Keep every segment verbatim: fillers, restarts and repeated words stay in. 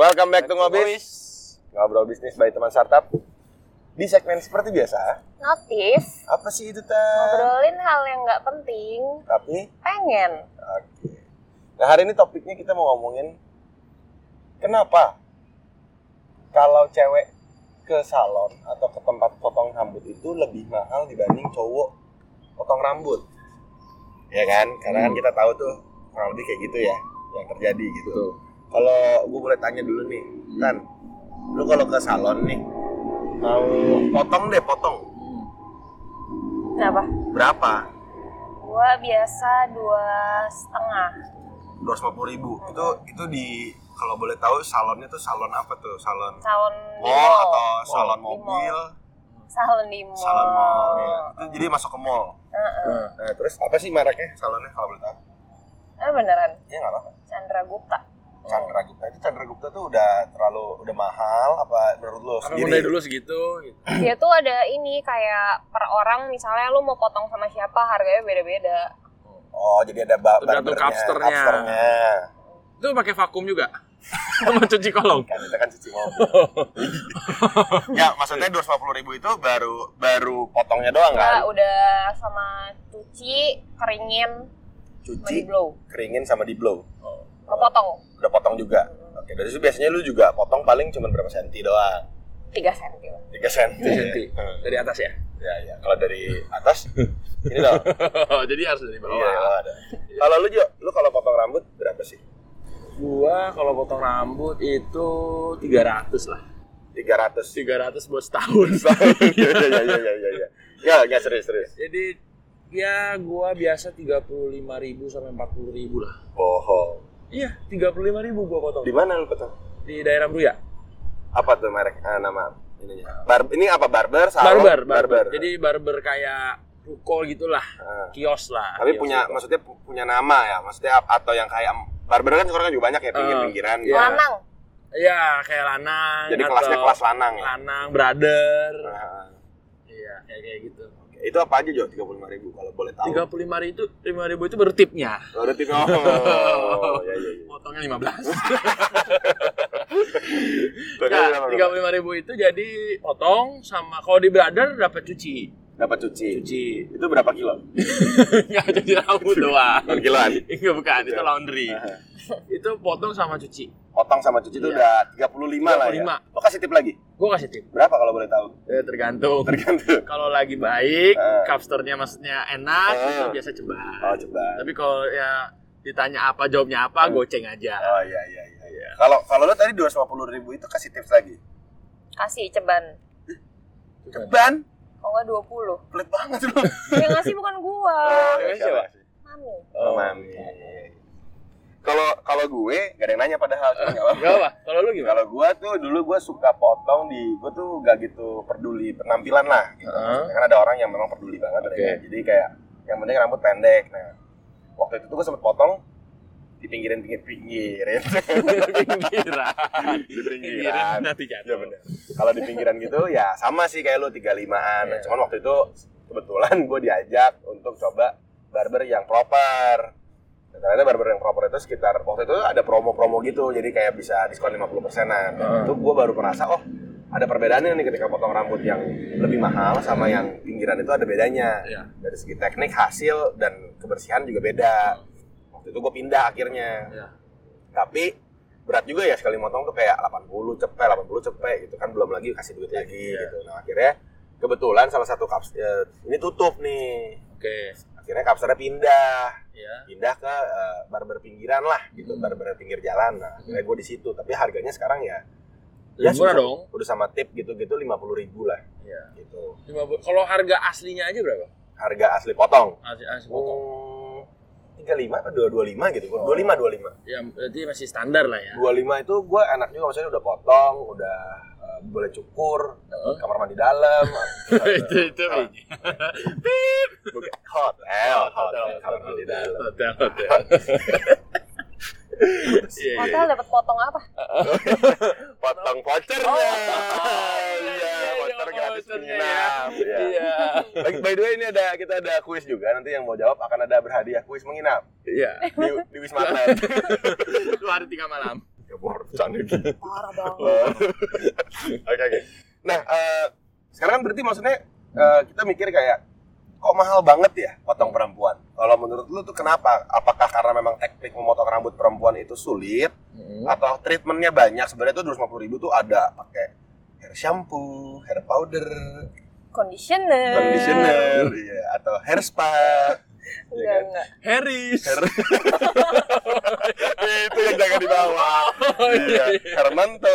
Welcome back to Ngobis. Ngobrol bisnis by teman startup. Di segmen seperti biasa. Notif. Apa sih itu, Tan? Ngobrolin hal yang nggak penting. Tapi pengen. Oke. Nah, hari ini topiknya kita mau ngomongin kenapa kalau cewek ke salon atau ke tempat potong rambut itu lebih mahal dibanding cowok potong rambut. Ya kan? Karena kan kita tahu tuh kurang lebih kayak gitu ya yang terjadi gitu. Betul. Kalau gue boleh tanya dulu nih, Tan, lu kalau ke salon nih mau potong deh, potong Kenapa? berapa? Gua biasa dua setengah. dua ratus lima puluh ribu. Itu itu di kalau boleh tahu salonnya tuh salon apa tuh? Salon Salon di mall mall. atau salon Di mobil? Salon di mall. Salon mall. Ya. Itu jadi masuk ke mall. Uh-uh. Nah, terus apa sih mereknya salonnya kalau boleh tahu? Eh beneran. Ya nggak apa-apa. Chandra Gupta. Chandra Gupta itu Chandra Gupta tuh udah terlalu udah mahal apa menurut lo Karena sendiri? mulai dulu segitu gitu. Dia tuh ada ini kayak per orang, misalnya lu mau potong sama siapa harganya beda-beda. Oh, jadi ada ba- Tergantung barbernya, capsternya. capsternya. Itu pakai vakum juga. Sama cuci kolong. Kan kita kan cuci mobil. Ya, maksudnya dua ratus lima puluh ribu itu baru baru potongnya doang kan? Nah, udah sama cuci, keringin, sama Cuci, di blow. keringin sama di blow. Mau potong Udah potong juga. Oke, dari situ biasanya lu juga potong paling cuma berapa senti doang? tiga senti lah. tiga senti. tiga senti. Dari atas ya. Ya, ya. Kalau dari atas ini dong. Jadi harus dari bawah. Iya, kalau ada. Kalau lu Jo, lu kalau potong rambut berapa sih? Gua kalau potong rambut itu tiga ratus lah. tiga ratus. tiga ratus buat setahun. Iya, iya, iya, iya, iya, iya. Ya, enggak serius-serius. Jadi ya gua biasa tiga puluh lima ribu sampai empat puluh ribu lah. Bohong. Iya, tiga puluh lima ribu gua potong. Di mana lu potong? Di daerah Bruya. Apa tuh merek ah, nama ininya? Bar ini apa barber salon? Barber, barber. Jadi barber kayak ruko gitulah, Ah. kios lah. Tapi kios punya gitu. maksudnya pu- punya nama ya, maksudnya ap- atau yang kayak barber kan sekarang kan juga banyak ya pinggir-pinggiran. Iya. Lanang. Iya, kayak lanang. Jadi atau kelasnya kelas lanang ya. Lanang, brother. Nah, Iya, kayak kayak gitu. oke. Itu apa aja Jo? tiga puluh lima ribu kalau boleh tahu. tiga puluh lima ribu itu lima ribu itu baru tipnya. Oh, udah tiga. Oh, ya ya ya. Potongnya lima belas. Berapa, Nah, berapa, tiga berapa? puluh lima ribu itu jadi potong sama kalau di brother dapat cuci. Dapat cuci. Cuci. Itu berapa kilo? Enggak cuci rambut doang. Bukan kiloan. Enggak bukan, itu laundry. Aha. Itu potong sama cuci. Potong sama cuci itu Iya. udah tiga puluh lima lah tiga puluh lima. ya. Lo kasih tip lagi? Gua kasih tip. Berapa kalau boleh tahu? Eh, tergantung. Tergantung. Kalau lagi baik, Ah. capsternya maksudnya enak, Ah. itu biasa ceban. Oh, coba. Tapi kalau ya ditanya apa jawabnya apa, Hmm. goceng aja. Oh iya iya iya. iya. Kalau kalau lo tadi dua ratus lima puluh ribu itu kasih tips lagi. Kasih ceban. Ceban? Kalau nggak dua puluh. Pelit banget lo. Yang ngasih bukan gua. iya, siapa? Mami. Oh, Mami. Kalau kalau gue gak ada yang nanya padahal cuma enggak apa-apa. Gak apa? Kalau lu gimana? Kalau gue tuh dulu gue suka potong di gue tuh gak gitu peduli penampilan lah gitu. Uh-huh. Kan ada orang yang memang peduli banget Oke. okay. Jadi kayak yang penting rambut pendek. Nah, waktu itu tuh gue sempet potong di pinggirin pinggir pinggirin. Pinggiran. Di pinggiran. Nanti jatuh. Iya benar. Kalau di pinggiran gitu ya sama sih kayak lu tiga puluh limaan. Nah, Yeah. cuman waktu itu kebetulan gue diajak untuk coba barber yang proper. Nah, ternyata barber yang proper itu sekitar waktu itu ada promo-promo gitu, jadi kayak bisa diskon lima puluh persenan. Dan Uh. itu gue baru merasa, oh ada perbedaannya nih ketika potong rambut yang lebih mahal sama yang pinggiran itu ada bedanya. Iya. Dari segi teknik, hasil, dan kebersihan juga beda. Waktu itu gue pindah akhirnya. Iya. Tapi berat juga ya sekali motong tuh kayak delapan puluh cepet, delapan puluh cepet gitu kan, belum lagi kasih duit lagi Iya. gitu. Nah akhirnya kebetulan salah satu kaps ya, ini tutup nih. Oke. Akhirnya kapsernya pindah. Iya. Pindah ke uh, barber pinggiran lah gitu, Hmm. barber pinggir jalan. Nah, akhirnya gue di situ, tapi harganya sekarang ya Lebih murah sudah- dong. Udah sama tip gitu-gitu lima puluh ribu lah Iya. gitu. lima puluh. Kalau harga aslinya aja berapa? Harga asli potong. Asli, asli potong. Hmm, tiga puluh lima atau dua puluh lima gitu. dua puluh lima dua puluh lima. Ya berarti masih standar lah ya. dua puluh lima itu gue enak juga, maksudnya udah potong, udah uh, boleh cukur, Heeh. kamar mandi dalam. itu itu Oh, bukan hotel, hotel, kamar mandi dalam. Hotel hotel. Iya, iya. Hotel dapat potong apa? Potong vouchernya. Oh, Iya, voucher iya, gratis vouchernya menginap. Iya. Iya. By, by the way ini ada kita ada kuis juga, nanti yang mau jawab akan ada berhadiah kuis menginap Iya. di, di Wisma Atlet. Dua hari tiga malam. tiga War, bercanda gitu. Parah banget. Oke oke. Nah, uh, sekarang kan berarti maksudnya uh, kita mikir kayak kok mahal banget ya potong perempuan. Kalau menurut lu tuh kenapa? Apakah karena memang teknik memotong rambut perempuan itu sulit hmm. atau treatmentnya banyak? Sebenarnya tuh dua ratus lima puluh ribu tuh ada pakai hair shampoo, hair powder, conditioner, conditioner, iya, atau hair spa. Enggak, ya kan? enggak. Harris. Hair... itu yang jangan dibawa. Oh, iya. Hermanto.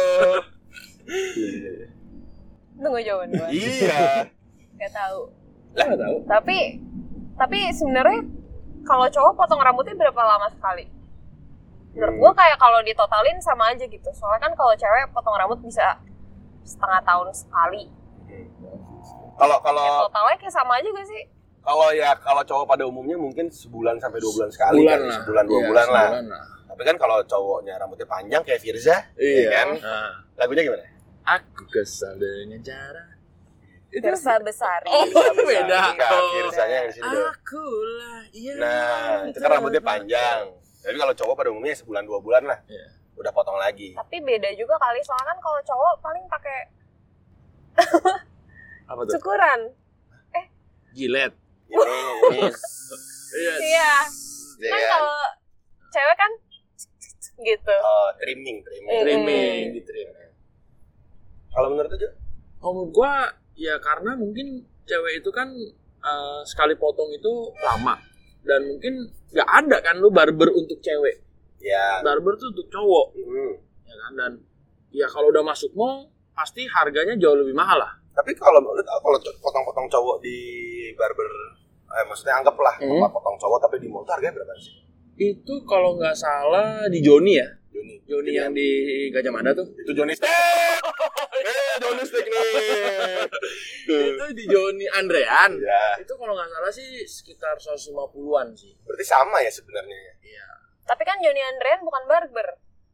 Tunggu jawaban gue. Iya. Gak tahu. Lah nggak tahu. Tapi tapi sebenarnya kalau cowok potong rambutnya berapa lama sekali? Menurut Hmm. gue kayak kalau ditotalin sama aja gitu. Soalnya kan kalau cewek potong rambut bisa setengah tahun sekali. Kalau Ya, kalau totalnya kayak sama aja gak sih? kalau ya kalau cowok pada umumnya mungkin sebulan sampai dua bulan sekali Sebulan kan, lah. sebulan dua Iya, bulan lah. sebulan lah. Tapi kan kalau cowoknya rambutnya panjang kayak Firza, Iya. ya kan? Nah. Lagunya gimana? Aku kesal dengan cara. Versa besar. Oh, Firza besar. beda. Enggak, Oh. Firzanya yang di sini dong. Akulah. Iya. Nah, itu kan rambutnya panjang. Tapi kalau cowok pada umumnya sebulan dua bulan lah. Iya. Udah potong lagi. Tapi beda juga kali, soalnya kan kalau cowok paling pakai Apa tuh? cukuran. Jilet. Ini, ini Iya. Iya. ya Kan kan? kalau cewek kan gitu. Oh, trimming, trimming. Trimming, di trimming. Kalau menurut lu, Jo? Kalau menurut gua ya karena mungkin cewek itu kan uh, sekali potong itu lama dan mungkin nggak ada kan lu barber untuk cewek. Ya. Barber tuh untuk cowok, Hmm. ya kan? Dan ya kalau udah masuk mall pasti harganya jauh lebih mahal lah. Tapi kalau lu tahu kalau co- potong-potong cowok di barber, eh, maksudnya anggaplah Hmm. tempat potong cowok tapi di mall tuh harganya berapa sih? Itu kalau nggak salah di Joni ya, Joni. Joni yang di Gajah Mada tuh. Itu Joni Steak. eh, Joni Steak nih. Itu di Joni Andrean. Ya. Itu kalau nggak salah sih sekitar seratus lima puluhan sih. Berarti sama ya sebenarnya. Iya. Tapi kan Johnny Andrean bukan barber.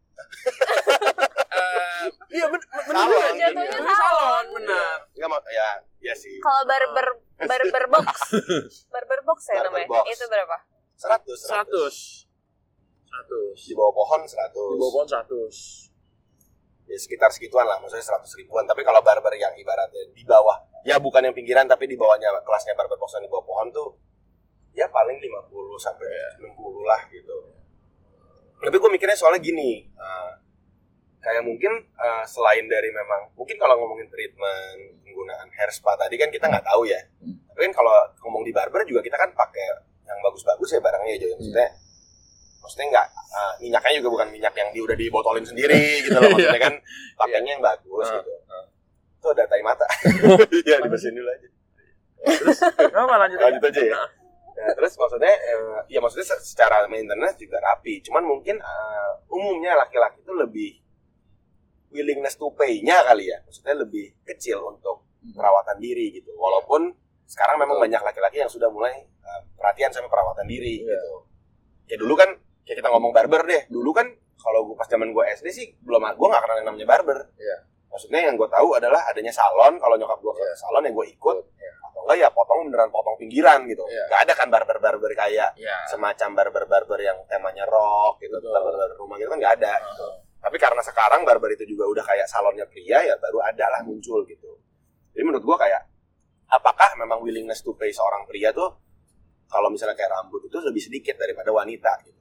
Eh, iya benar Salon. Jatuhnya Ini salon salon. benar. Enggak mau ya, ya sih. Kalau barber barber box, barber box ya Barber namanya. box. Itu berapa? seratus. seratus. seratus. Di bawah pohon seratus. Di bawah pohon seratus. Ya sekitar segituan lah, maksudnya seratus ribuan. Tapi kalau barber yang ibaratnya di bawah, ya bukan yang pinggiran tapi di bawahnya kelasnya barber box yang di bawah pohon tuh ya paling lima puluh sampai enam puluh lah gitu. Tapi gue mikirnya soalnya gini, uh, kayak mungkin uh, selain dari memang, mungkin kalau ngomongin treatment, penggunaan hair spa tadi kan kita nggak tahu ya. Hmm. Tapi kan kalau ngomong di barber juga kita kan pakai yang bagus-bagus ya barangnya ya, Jo. Maksudnya, maksudnya nggak, uh, minyaknya juga bukan minyak yang di, udah dibotolin sendiri gitu loh. Maksudnya kan pakainya yang bagus Uh, gitu. uh. Itu ada tai mata. Ya dibersihin dulu aja. Terus kenapa lanjut Lanjut aja ya. Nah, terus maksudnya, eh, ya maksudnya secara maintenance juga rapi. Cuman mungkin uh, umumnya laki-laki itu lebih willingness to pay-nya kali ya. Maksudnya lebih kecil untuk perawatan diri gitu. Walaupun sekarang memang Betul. banyak laki-laki yang sudah mulai uh, perhatian sama perawatan diri Iya. gitu. Ya dulu kan, kayak kita ngomong barber deh. Dulu kan kalau gua pas zaman gue S D sih belum, gue nggak kenal yang namanya barber. Iya. Maksudnya yang gue tahu adalah adanya salon. Kalau nyokap gue ke Iya. salon ya gue ikut. Iya. Atau enggak ya potong beneran potong pinggiran gitu. Iya. Gak ada kan barber-barber kayak Ya. semacam barber-barber yang temanya rock gitu, Betul. barber-barber rumah gitu kan nggak ada. Betul. Tapi karena sekarang barber itu juga udah kayak salonnya pria ya baru ada lah muncul gitu. Jadi menurut gua kayak apakah memang willingness to pay seorang pria tuh kalau misalnya kayak rambut itu lebih sedikit daripada wanita gitu.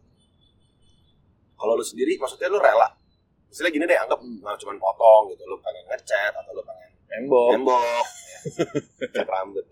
Kalau lu sendiri maksudnya lu rela? Misalnya gini deh, anggap nggak cuma potong gitu, lu pengen ngecat atau lu pengen Tembok. nembok, cat rambut.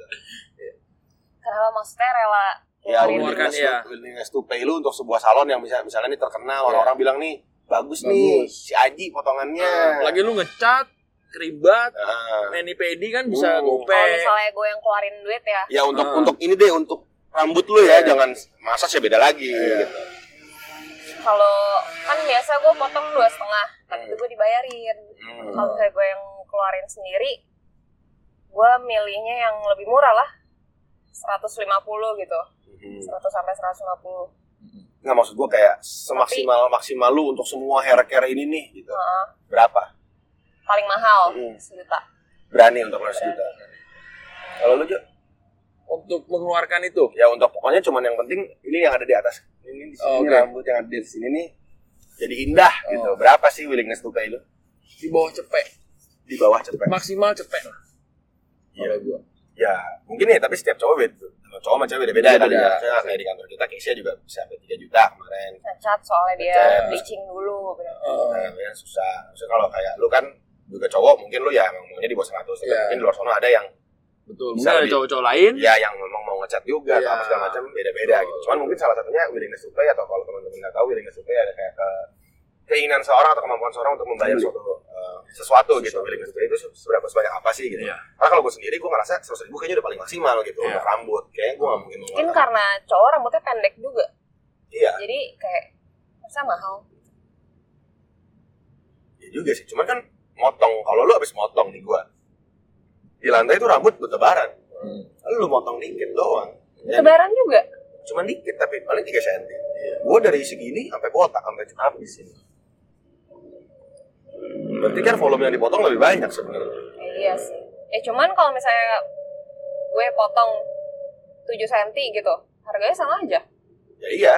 Kenapa maksudnya rela Ya, ngeluarin- mengeluarkan, willingness, iya. to, willingness to pay lu untuk sebuah salon yang bisa misalnya nih terkenal, Iya. orang-orang bilang nih bagus, nih Bagus. si Aji potongannya. Lagi lu ngecat, keribat, Nah, mani pedi kan bisa Hmm. Kalau gope. misalnya gue yang keluarin duit ya, ya untuk Ah. untuk ini deh untuk rambut lu ya, Iya. jangan massage ya beda lagi. Iya. Gitu. kalau kan biasa gue potong dua setengah, tapi itu Hmm. gue dibayarin. Hmm. Kalau misalnya gue yang keluarin sendiri, gue milihnya yang lebih murah lah, seratus lima puluh gitu, Hmm. seratus sampai seratus lima puluh. Nggak, maksud gua kayak semaksimal maksimal lu untuk semua hair care ini nih gitu. Heeh. Berapa? Paling mahal Hmm. sejuta. Berani untuk lu sejuta. Kalau lu, Jo? Untuk mengeluarkan itu. Ya untuk pokoknya cuman yang penting ini yang ada di atas. Ini di sini Oh, oke. rambut yang ada di sini nih. jadi indah Oh. gitu. Berapa sih willingness to pay lu? Di bawah cepek. Di bawah cepet. Maksimal cepek lah. Iya. Kalau gua. Ya, mungkin ya, tapi setiap cowok beda. Cowok sama cewek beda-beda kali Beda-beda. ya. Saya kayak di kantor kita, Keisha juga bisa sampai tiga juta kemarin. Cacat soalnya dia Cacat. bleaching dulu. bener. Oh. Nah, ya susah. Maksudnya kalau kayak lu kan juga cowok, mungkin lu ya emang maunya di bawah seratus. Tapi Iya. mungkin di luar sana ada yang Betul. Bisa Mungkin ada lebih- cowok-cowok lain. ya yang memang mau ngecat juga atau Iya. apa segala macam, beda-beda Betul. gitu. Cuman mungkin salah satunya willingness to pay, atau kalau teman-teman nggak tahu willingness to pay ada kayak ke keinginan seorang atau kemampuan seorang untuk membayar Beli. suatu uh, sesuatu gitu. Willingness to pay itu seberapa sebanyak apa sih gitu. Iya. Karena kalau gue sendiri gue ngerasa seratus ribu kayaknya udah paling maksimal gitu Iya. untuk rambut. Kayaknya gue nggak mungkin Mungkin mengeluarkan. karena cowok rambutnya pendek juga. Iya. Jadi kayak masa mahal. Iya juga sih. Cuman kan motong. Kalau lu abis motong nih gue di lantai itu rambut bertebaran. Hmm. Lu motong dikit doang. Dan Lebaran juga. cuman dikit tapi paling tiga sentimeter. Gue dari segini sampai botak sampai habis ini. Berarti kan volume yang dipotong lebih banyak sebenarnya. Iya sih. Eh cuman kalau misalnya gue potong tujuh sentimeter gitu, harganya sama aja. Ya iya.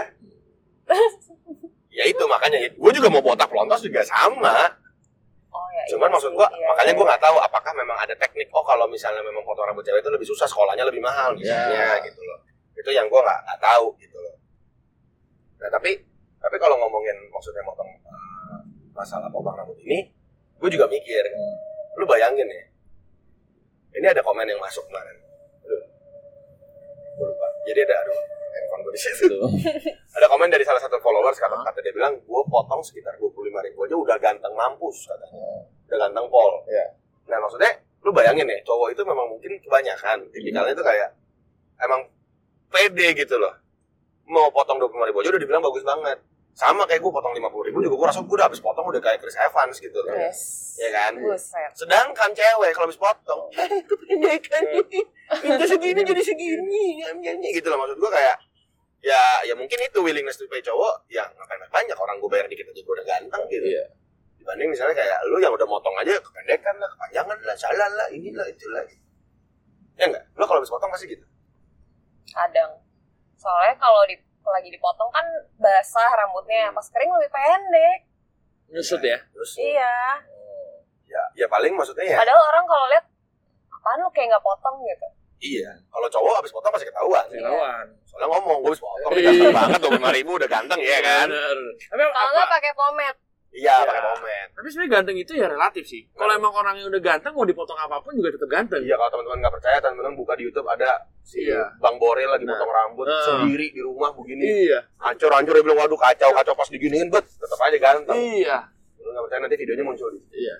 Ya itu makanya gue juga mau botak pelontos juga sama. Oh ya. Cuman iya maksud sih, gue iya, makanya iya. gue nggak tahu apakah memang ada teknik. Oh kalau misalnya memang potong rambut cewek itu lebih susah, sekolahnya lebih mahal misalnya Ya. gitu loh. Itu yang gue nggak nggak tahu gitu loh. Nah tapi tapi kalau ngomongin maksudnya potong uh, masalah potong rambut ini, gue juga mikir. Lu bayangin ya. Ini ada komen yang masuk kemarin. Aduh. Gue lupa. Jadi ada aduh handphone gue di situ. Betul. Ada komen dari salah satu followers, kata, Hah? kata dia bilang, gue potong sekitar dua puluh lima ribu aja udah ganteng mampus katanya. Udah ganteng pol. Iya. Nah maksudnya, lu bayangin ya, cowok itu memang mungkin kebanyakan. Tipikalnya itu kayak, emang pede gitu loh. Mau potong dua puluh lima ribu aja udah dibilang bagus banget. Sama kayak gue potong lima puluh ribu juga, gue rasa gue udah habis potong udah kayak Chris Evans gitu loh. Yes. Ya kan? Buset. Sedangkan cewek kalau habis potong, hei kependekan ini, minta segini jadi segini, nyam-nyamnya gitu loh. Maksud gue kayak, ya ya mungkin itu willingness to pay cowok yang ngapain banyak orang gue bayar dikit aja gue udah ganteng gitu. Iya. Dibanding misalnya kayak lu yang udah motong aja kependekan lah, kepanjangan lah, salah lah, inilah itulah. Ya enggak? Lu kalau habis potong pasti gitu. Kadang. Soalnya kalau di lagi dipotong kan basah rambutnya, pas kering lebih pendek. Nyusut ya. Terus Iya. ya ya paling maksudnya ya Padahal orang kalau lihat apaan lu kayak nggak potong gitu. iya. Kalau cowok habis potong pasti ketahuan. Iya. Ketahuan. Soalnya ngomong gue habis potong, Iya. nih ganteng banget dua puluh lima ribu udah ganteng ya kan. Bener. Tapi Kalau apa? nggak pakai pomade. Iya, Iya. pakai pomade. Tapi sebenarnya ganteng itu ya relatif sih. Kalau emang orang yang udah ganteng mau dipotong apapun juga tetap ganteng. Iya, kalau teman-teman nggak percaya, teman-teman buka di YouTube ada si Iya. Bang Boril lagi Nah. potong rambut Nah. sendiri di rumah begini. Iya. Hancur-hancur dia bilang waduh kacau kacau pas diginiin bet tetap aja ganteng. Iya. Lu nggak percaya nanti videonya muncul di. Iya.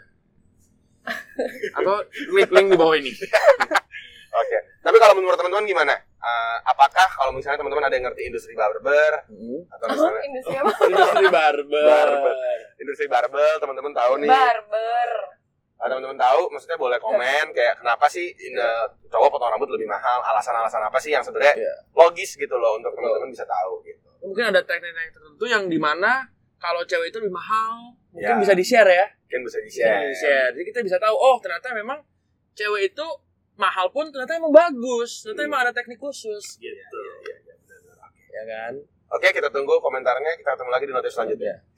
Atau link-link di bawah ini. Oke. Tapi kalau menurut teman-teman gimana? Eh, apakah kalau misalnya teman-teman ada yang ngerti industri barber atau Oh, misalnya industri apa? Industri barber. Barber. industri barbel, teman-teman tahu nih? Barber. Ah, teman-teman tahu, maksudnya boleh komen kayak kenapa sih ini cowok potong rambut lebih mahal? Alasan-alasan apa sih yang sebenarnya Iya. logis gitu loh untuk teman-teman bisa tahu gitu. Mungkin ada teknik-teknik tertentu yang dimana kalau cewek itu lebih mahal, mungkin Ya. bisa di-share ya. Mungkin bisa Bisa di-share. di-share. Jadi kita bisa tahu, oh ternyata memang cewek itu mahal pun ternyata emang bagus. Ternyata Hmm. emang ada teknik khusus gitu. Iya, iya, iya, benar-benar. Oke. Ya kan? Oke, kita tunggu komentarnya. Kita ketemu lagi di notif selanjutnya. Ya.